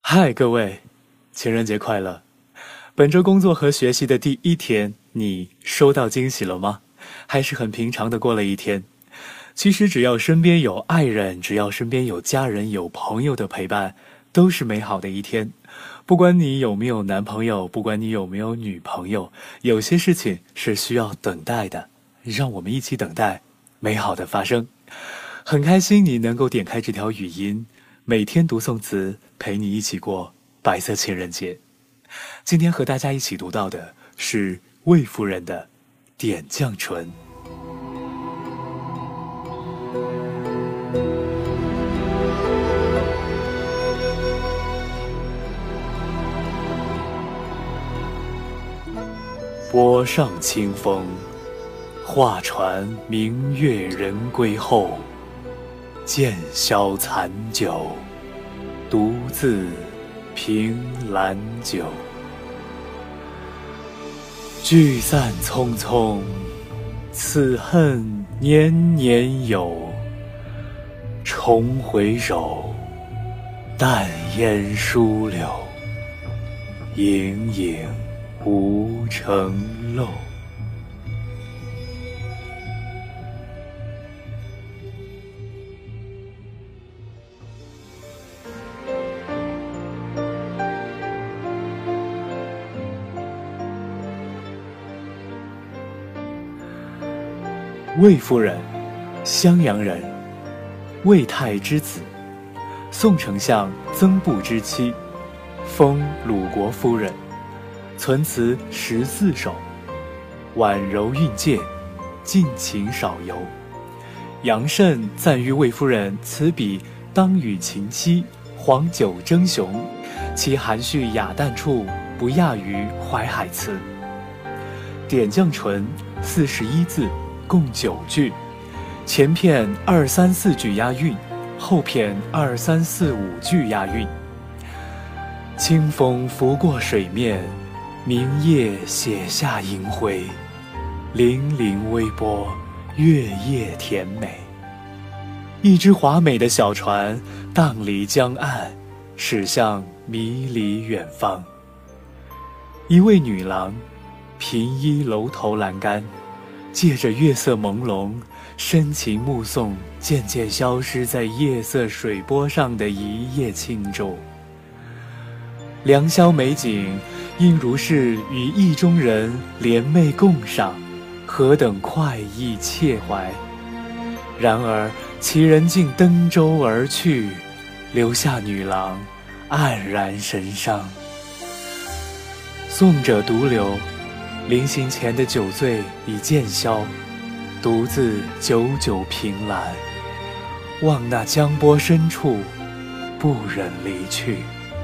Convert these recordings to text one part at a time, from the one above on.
嗨，各位，情人节快乐！本周工作和学习的第一天，你收到惊喜了吗？还是很平常的过了一天？其实只要身边有爱人，只要身边有家人、有朋友的陪伴，都是美好的一天。不管你有没有男朋友，不管你有没有女朋友，有些事情是需要等待的，让我们一起等待美好的发生。很开心你能够点开这条语音，每天读宋词，陪你一起过白色情人节。今天和大家一起读到的是魏夫人的《点绛唇》。波上清风，画船明月人归后，渐消残酒，独自凭栏酒。聚散匆匆，此恨年年有。重回首，淡烟疏柳，影影无城漏。魏夫人，襄阳人，魏泰之子，宋丞相曾布之妻，封鲁国夫人，存词14首，婉柔韵介，尽情少游。杨慎赞誉魏夫人词笔当与秦妻，黄酒争雄，其含蓄雅淡处不亚于淮海词。点绛唇41字，共9句，前片2、3、4句押韵，后片2、3、4、5句押韵。清风拂过水面，明夜写下银辉，粼粼微波，月夜甜美。一只华美的小船荡离江岸，驶向迷离远方。一位女郎平依楼头栏杆，借着月色朦胧，深情目送渐渐消失在夜色水波上的一叶轻舟。良宵美景，应如是与意中人联袂共赏，何等快意切怀。然而其人竟登舟而去，留下女郎黯然神伤。宋者独留，临行前的酒醉已渐消，独自久久凭栏，望那江波深处，不忍离去。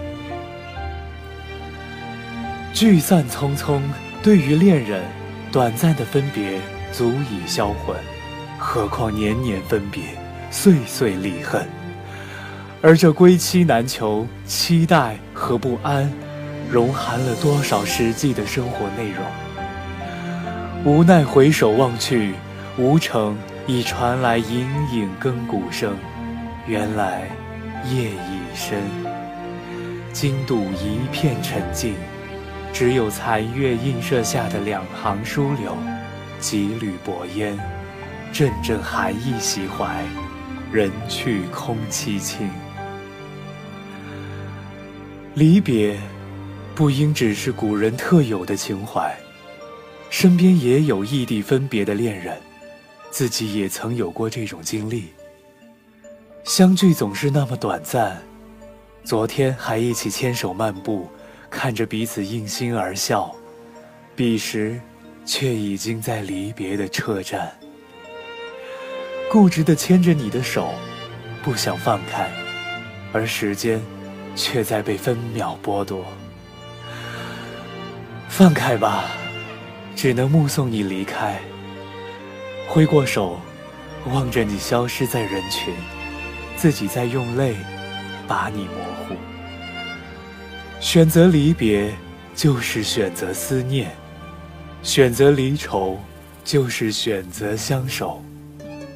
聚散匆匆，对于恋人，短暂的分别足以销魂，何况年年分别，岁岁离恨。而这归期难求，期待和不安，融含了多少实际的生活内容。无奈回首望去，吴城已传来隐隐更鼓声，原来夜已深。经度一片沉静，只有残月映射下的2行疏柳，几缕薄烟，阵阵寒意袭怀，人去空凄清。离别不应只是古人特有的情怀，身边也有异地分别的恋人，自己也曾有过这种经历。相聚总是那么短暂，昨天还一起牵手漫步，看着彼此应心而笑，彼时却已经在离别的车站。固执地牵着你的手，不想放开，而时间却在被分秒剥夺。放开吧，只能目送你离开，挥过手，望着你消失在人群，自己在用泪把你模糊。选择离别，就是选择思念；选择离愁，就是选择相守。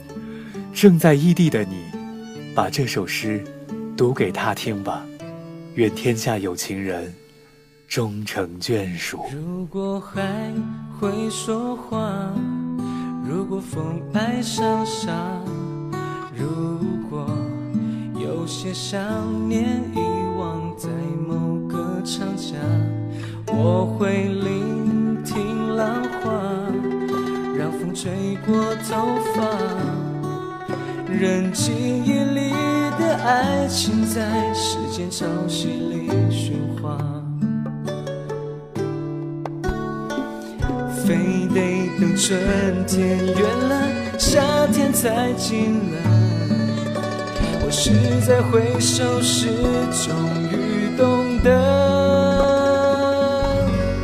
正在异地的你，把这首诗读给他听吧， 愿天下有情人终成眷属。 如果海会说话，如果风爱上沙，如果有些想念遗忘在某个长假，我会聆听浪花，让风吹过头发，任记忆里的爱情在时间潮汐里喧哗，非得等春天远了，夏天才进来，我是在回首时终于懂得，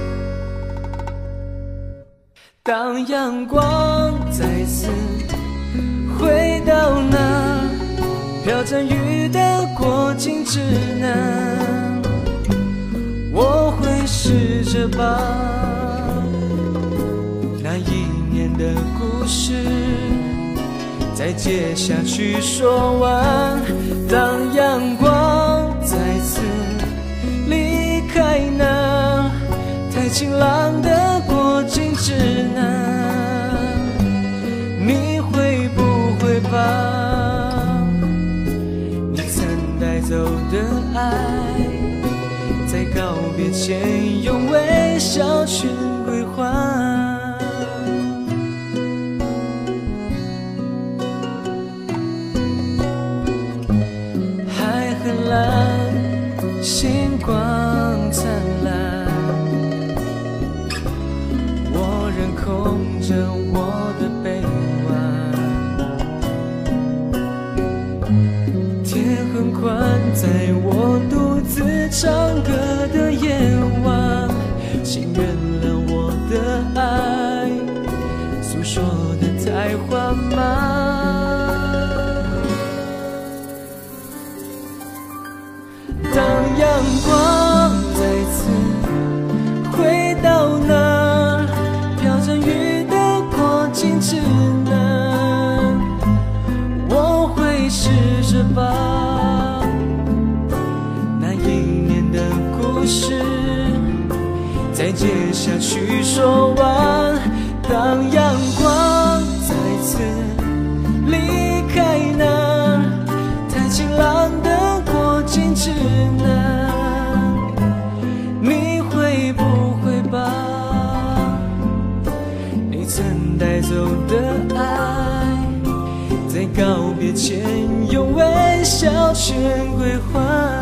当阳光再次回到那飘着雨的过境之南，我会试着把那一年的故事再接下去说完。当阳光再次离开那太晴朗的过境之南，你会不会把你曾带走的爱，在告别前用微笑去归还？星光灿烂，我仍空着我的臂弯，天很宽，在我独自唱歌的夜晚，请原谅我的爱诉说的太缓慢。当阳光再次回到那飘着雨的过境之南，我会试着把那一年的故事再接下去说完。当阳光再次离开那太晴朗的过境之南，你会不会把你曾带走的爱，在告别前用微笑全归还？